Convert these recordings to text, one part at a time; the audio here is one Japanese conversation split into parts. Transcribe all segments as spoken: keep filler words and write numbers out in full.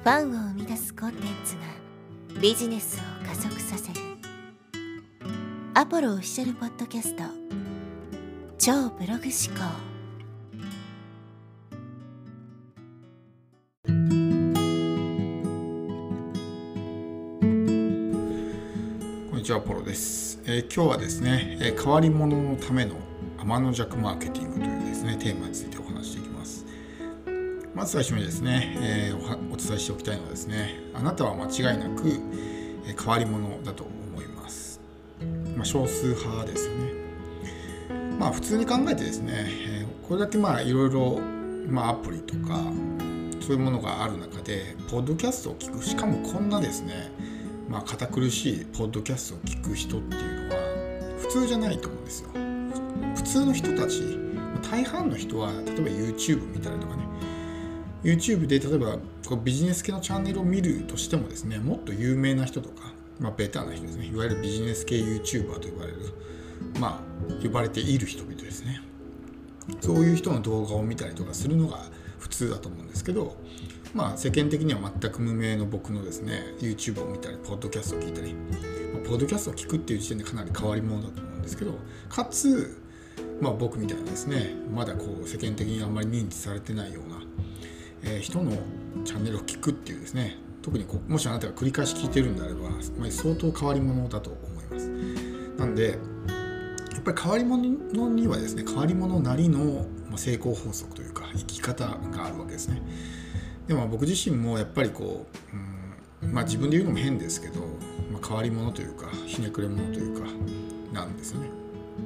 ファンを生み出すコンテンツがビジネスを加速させるアポロオフィシャルポッドキャスト超ブログ思考。 こんにちは、アポロです。えー、今日はですね、えー、変わり者のための天の弱マーケティングというですねテーマについてお話していきます。まず最初にですね、えー、お, お伝えしておきたいのはですね、あなたは間違いなく、えー、変わり者だと思います。まあ、少数派ですよね。まあ普通に考えてですね、えー、これだけまあいろいろ、まあ、アプリとかそういうものがある中でポッドキャストを聞く、しかもこんなですねまあ堅苦しいポッドキャストを聞く人っていうのは普通じゃないと思うんですよ。普通の人たち、大半の人は例えば YouTube 見たりとかね、YouTube で例えばこうビジネス系のチャンネルを見るとしてもですね、もっと有名な人とか、まあ、ベターな人ですね、いわゆるビジネス系 YouTuber と呼ばれる、まあ呼ばれている人々ですね、そういう人の動画を見たりとかするのが普通だと思うんですけど、まあ世間的には全く無名の僕のですね YouTube を見たりポッドキャストを聞いたり、ポッドキャストを聞くっていう時点でかなり変わり者だと思うんですけど、かつまあ僕みたいなですね、まだこう世間的にあんまり認知されてないようなえー、人のチャンネルを聞くっていうですね、特にこもしあなたが繰り返し聞いてるんであれば、まあ、相当変わり者だと思います。なんでやっぱり変わり者にはですね、変わり者なりの成功法則というか生き方があるわけですね。でも僕自身もやっぱりこう、うん、まあ自分で言うのも変ですけど、まあ、変わり者というかひねくれ者というかなんですよね。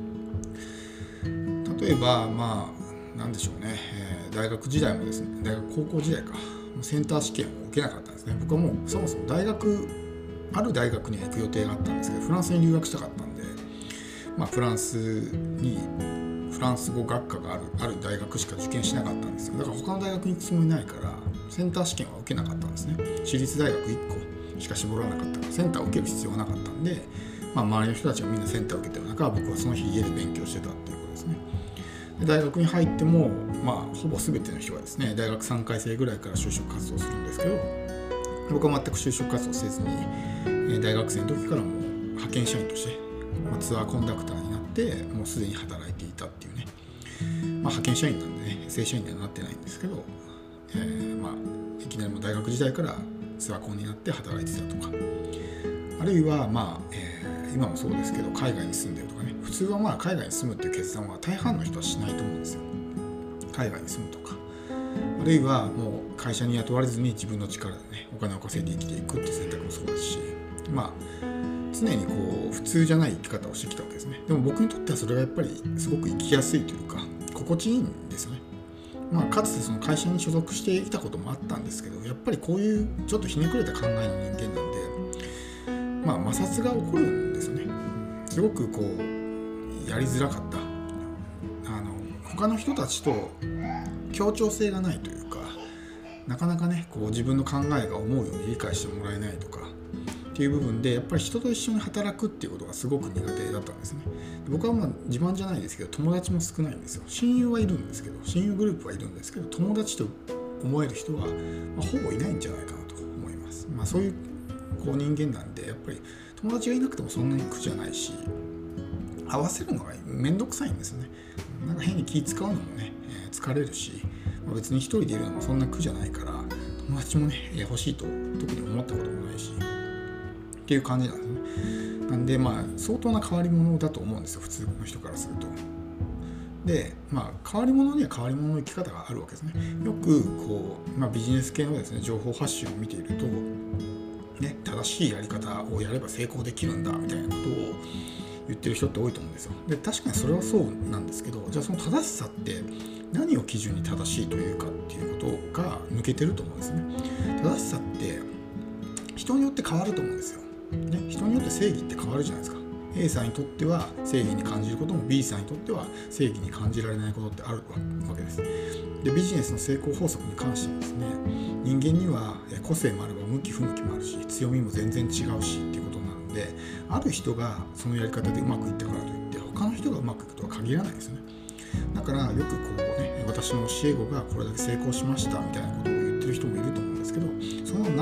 例えばまあなんでしょうね、えー、大学時代もですね、大学高校時代かセンター試験を受けなかったんですね。僕はもうそもそも大学ある大学に行く予定があったんですけど、フランスに留学したかったんで、まあ、フランスにフランス語学科があるある大学しか受験しなかったんですよ。だから他の大学に行くつもりないからセンター試験は受けなかったんですね。私立大学いっこしか絞らなかったからセンターを受ける必要がなかったんで、まあ、周りの人たちがみんなセンターを受けてる中、僕はその日家で勉強してたっていうことですね。で大学に入っても、まあ、ほぼ全ての人はですね、大学さんかい生ぐらいから就職活動をするんですけど、僕は全く就職活動せずに大学生の時からもう派遣社員として、まあ、ツアーコンダクターになってもうすでに働いていたっていうね、まあ、派遣社員なんでね正社員にはなってないんですけど、えーまあ、いきなりも大学時代からツアーコンになって働いてたとか、あるいはまあ、えー今もそうですけど海外に住んでるとかね、普通はまあ海外に住むっていう決断は大半の人はしないと思うんですよ。海外に住むとか、あるいはもう会社に雇われずに自分の力でねお金を稼いで生きていくっていう選択もそうですし、まあ常にこう普通じゃない生き方をしてきたわけですね。でも僕にとってはそれがやっぱりすごく生きやすいというか心地いいんですよね。まあかつてその会社に所属していたこともあったんですけど、やっぱりこういうちょっとひねくれた考えの人間なんで、まあ、摩擦が起こるんですよね。すごくこうやりづらかった。あの他の人たちと協調性がないというか、なかなかねこう自分の考えが思うように理解してもらえないとかっていう部分で、やっぱり人と一緒に働くっていうことがすごく苦手だったんですね。僕はまあ自慢じゃないですけど友達も少ないんですよ。親友はいるんですけど、親友グループはいるんですけど、友達と思える人は、まあ、ほぼいないんじゃないかなと思います。まあそういうこう人間なんで、やっぱり友達がいなくてもそんなに苦じゃないし、合わせるのがめんどくさいんですよね。なんか変に気使うのもね、えー、疲れるし、まあ、別に一人でいるのもそんな苦じゃないから、友達もね、えー、欲しいと特に思ったこともないしっていう感じなんですね。なんでまあ相当な変わり者だと思うんですよ、普通の人からすると。で、まあ変わり者には変わり者の生き方があるわけですね。よくこう、まあ、ビジネス系のですね情報発信を見ているとね、正しいやり方をやれば成功できるんだみたいなことを言ってる人って多いと思うんですよ。で確かにそれはそうなんですけど、じゃあその正しさって何を基準に正しいというかっていうことが抜けてると思うんですね。正しさって人によって変わると思うんですよ、ね、人によって正義って変わるじゃないですか。 A さんにとっては正義に感じることも B さんにとっては正義に感じられないことってあるわけです。でビジネスの成功法則に関してもですね、人間には個性もあれば向き不向きもあるし、強みも全然違うしっていうことなので、ある人がそのやり方でうまくいったからといって他の人がうまくいくとは限らないですよね。だからよくこうね、私の教え子がこれだけ成功しましたみたいなことを言ってる人もいると思うんですけど、その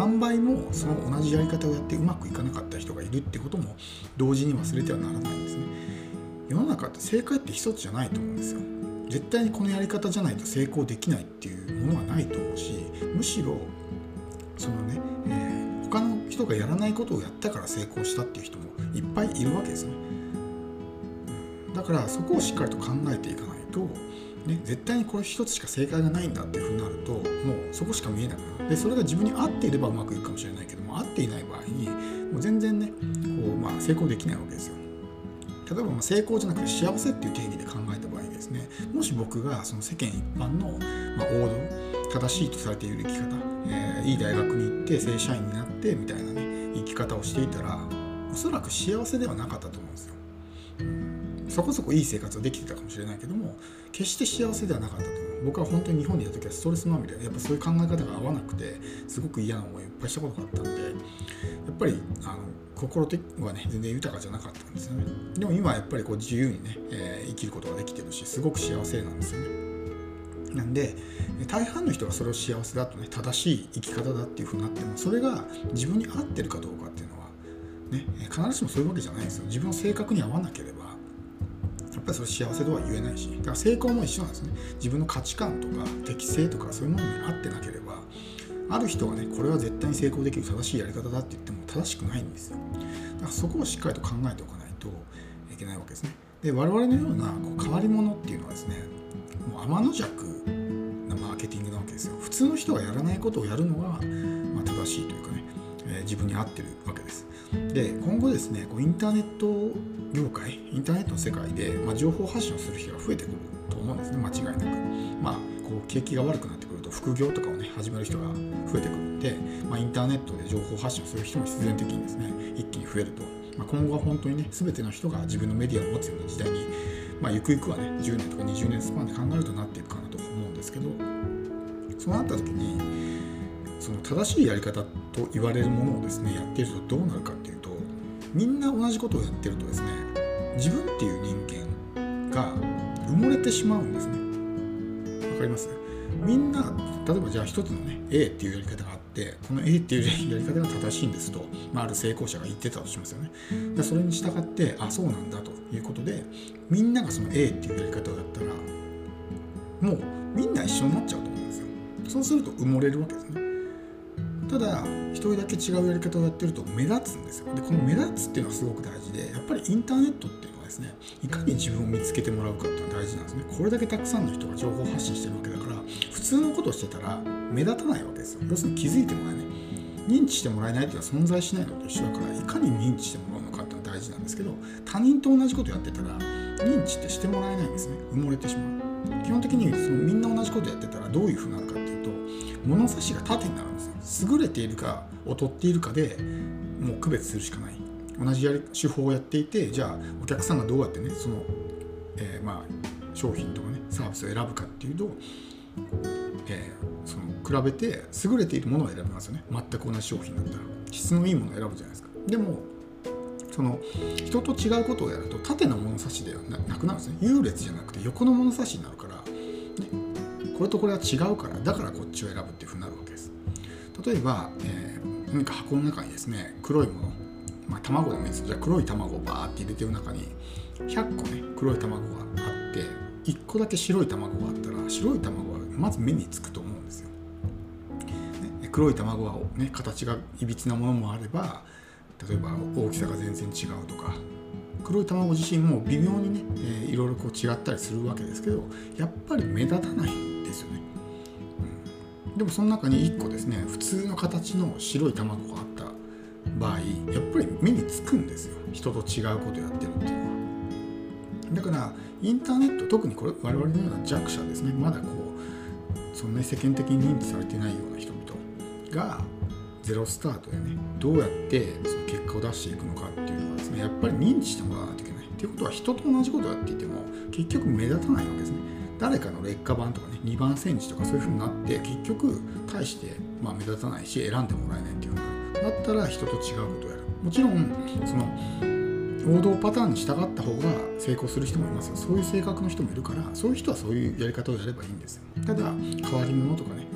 何倍もその同じやり方をやってうまくいかなかった人がいるってことも同時に忘れてはならないんですね。世の中って正解って一つじゃないと思うんですよ。絶対にこのやり方じゃないと成功できないっていうものはないと思うし、むしろそのね、えー、他の人がやらないことをやったから成功したっていう人もいっぱいいるわけですね。だからそこをしっかりと考えていかないと、ね、絶対にこれ一つしか正解がないんだっていうふうになると、もうそこしか見えなくなる。でそれが自分に合っていればうまくいくかもしれないけども、合っていない場合にもう全然ねこう、まあ、成功できないわけですよ。例えばまあ成功じゃなくて幸せっていう定義で考えた場合にですね、もし僕がその世間一般の、まあ、王道正しいとされている生き方、えー、いい大学に行って正社員になってみたいなね生き方をしていたら、おそらく幸せではなかったと思うんですよ。そこそこいい生活はできてたかもしれないけども、決して幸せではなかったと思う。僕は本当に日本にいた時はストレスまみれで、やっぱそういう考え方が合わなくてすごく嫌な思いをいっぱいしたことがあったんで、やっぱりあの心的はね全然豊かじゃなかったんですよね。でも今はやっぱりこう自由にね、えー、生きることができてるし、すごく幸せなんですよね。なんで大半の人がそれを幸せだとね、正しい生き方だっていうふうになっても、それが自分に合ってるかどうかっていうのはね、必ずしもそういうわけじゃないんですよ。自分の性格に合わなければやっぱりそれ幸せとは言えないし、だから成功も一緒なんですね。自分の価値観とか適性とかそういうものに合ってなければ、ある人がねこれは絶対に成功できる正しいやり方だって言っても正しくないんですよ。だからそこをしっかりと考えておかないといけないわけですね。で我々のようなこう変わり者っていうのはですね、もう天の弱なマーケティングなわけですよ。普通の人がやらないことをやるのが、まあ、正しいというかね、えー、自分に合ってるわけです。で今後ですねこうインターネット業界、インターネットの世界で、まあ、情報発信をする人が増えてくると思うんですね、間違いなく。まあこう景気が悪くなってくると副業とかをね始める人が増えてくるんで、まあ、インターネットで情報発信をする人も必然的にですね一気に増えると、まあ、今後は本当にね全ての人が自分のメディアを持つような時代に、まあ、ゆくゆくはねじゅうねんとかにじゅうねんスパンで考えるとなっていくかなと思うんですけど、そうなった時にその正しいやり方と言われるものをですねやっているとどうなるかっていうと、みんな同じことをやってるとですね、自分っていう人間が埋もれてしまうんですね。わかります？みんな例えばじゃあ一つのね A っていうやり方があって、この A っていうやり方が正しいんですと、まあ、ある成功者が言ってたとしますよね。でそれに従ってあそうなんだということで、みんながその A っていうやり方をやったらもうみんな一緒になっちゃうと思うんですよ。そうすると埋もれるわけですね。ただ一人だけ違うやり方をやってると目立つんですよ。でこの目立つっていうのはすごく大事で、やっぱりインターネットっていうのはですね、いかに自分を見つけてもらうかっていうのが大事なんですね。これだけたくさんの人が情報発信してるわけだから、普通のことをしてたら目立たないわけですよ。要するに気づいてもらえない、認知してもらえないっていうのは存在しないのと一緒だから、いかに認知してもらうのかっていうのが大事なんですけど、他人と同じことやってたら認知ってしてもらえないんですね。埋もれてしまう。基本的にそのみんな同じことやってたらどういうふうになるかっていうと、物差しが縦になるんですよ。優れているか劣っているかでもう区別するしかない。同じやり手法をやっていて、じゃあお客さんがどうやってねその、えー、まあ商品とかねサービスを選ぶかっていうと、えー、その比べて優れているものを選びますよね。全く同じ商品だったら質のいいものを選ぶじゃないですか。でもその人と違うことをやると縦の物差しでは な, なくなるんですね。優劣じゃなくて横の物差しになるから、ね、これとこれは違うから、だからこっちを選ぶっていうふうになるわけです。例えば、えー、何か箱の中にですね黒いもの、まあ、卵でもいいです。じゃあ黒い卵をバーって入れてる中にひゃっこね黒い卵があって、いっこだけ白い卵があったら、白い卵はまず目につくと思うんですよ。ね、黒い卵は、ね、形がいびつなものもあれば、例えば大きさが全然違うとか、黒い卵自身も微妙にね、えー、いろいろこう違ったりするわけですけど、やっぱり目立たないんですよね。うん、でもその中にいっこですね普通の形の白い卵があった場合、やっぱり目につくんですよ。人と違うことやってるっていうのは。だからインターネット、特にこれ我々のような弱者ですね、まだこうその、ね、世間的に認知されてないような人々がゼロスタートでねどうやってその結果を出していくのかっていうのはですね、やっぱり認知してもらわないといけない。ということは、人と同じことをやっていても結局目立たないわけですね。誰かの劣化版とかねにばん煎じとかそういう風になって、結局大してまあ目立たないし選んでもらえないっていう風になる。だったら人と違うことをやる。もちろんその王道パターンに従った方が成功する人もいますよ。そういう性格の人もいるから、そういう人はそういうやり方をやればいいんですよ。ただ変わり者とかね、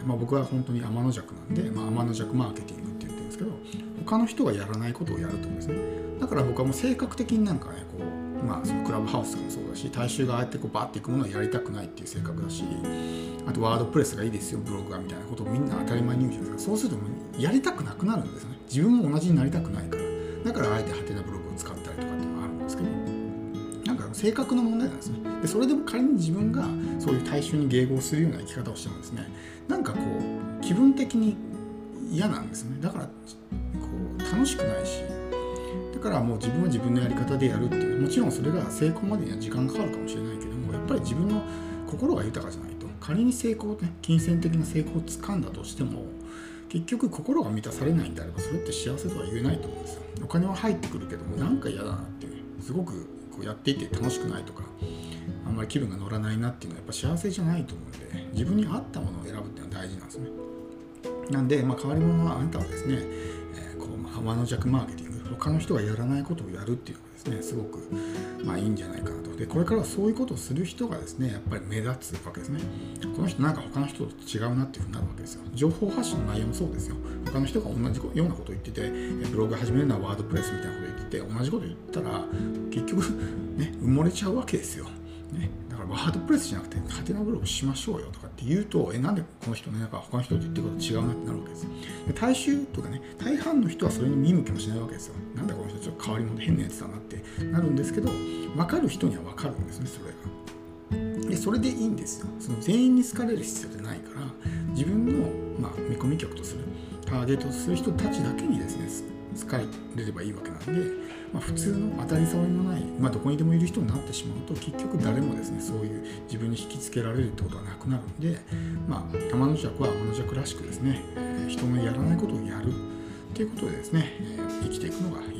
まあ、僕は本当に天の弱なんで、まあ、天の弱マーケティングって言ってるんですけど、他の人がやらないことをやると思うんですね。だから僕はもう性格的になんかねこう、まあ、そのクラブハウスとかもそうだし、大衆がああやってこうバーっていくものをやりたくないっていう性格だし、あとワードプレスがいいですよブログがみたいなことをみんな当たり前に言うじゃないですか。そうするともうやりたくなくなるんですよね。自分も同じになりたくないから。だからあえてハテナブログを使ったりとかっていうのがあるんですけど、なんか性格の問題なんですね。でそれでも仮に自分がそういう大衆に迎合するような生き方をしてもですね、なんかこう気分的に嫌なんですね。だからこう楽しくないし、だからもう自分は自分のやり方でやるっていう、もちろんそれが成功までには時間かかるかもしれないけども、やっぱり自分の心が豊かじゃないと、仮に成功ね、金銭的な成功をつかんだとしても結局心が満たされないんであれば、それって幸せとは言えないと思うんですよ。お金は入ってくるけどもなんか嫌だなっていう、すごくこうやっていて楽しくないとか、あんまり気分が乗らないなっていうのはやっぱ幸せじゃないと思うんで、自分に合ったものを選ぶっていうのは大事なんですね。なんで、まあ、変わり者はあなたはですね、えー、こう天の弱マーケティング、他の人がやらないことをやるっていうのがですね、すごくまあいいんじゃないかなと。でこれからはそういうことをする人がですね、やっぱり目立つわけですね。この人なんか他の人と違うなっていうふうになるわけですよ。情報発信の内容もそうですよ。他の人が同じようなことを言ってて、ブログ始めるのはワードプレスみたいなことを言ってて、同じこと言ったら結局ね埋もれちゃうわけですよ。ね、だからワードプレスじゃなくてハテナブログしましょうよとかって言うと、えなんでこの人ねなんか他の人と言ってること違うなってなるわけです。で大衆とかね、大半の人はそれに見向きもしないわけですよ。なんだこの人ちょっと変わり者で変なやつだなってなるんですけど、分かる人には分かるんですね、それが。でそれでいいんですよ。その全員に好かれる必要ってないから、自分の、まあ、見込み客とするターゲットとする人たちだけにですね好かれればいいわけなんで、まあ、普通の当たり障りのない、まあ、どこにでもいる人になってしまうと、結局誰もですねそういう自分に引きつけられるってことはなくなるんで、まあ、天の弱は天の弱らしくですね、えー、人のやらないことをやるっていうことでですね、えー、生きていくのがい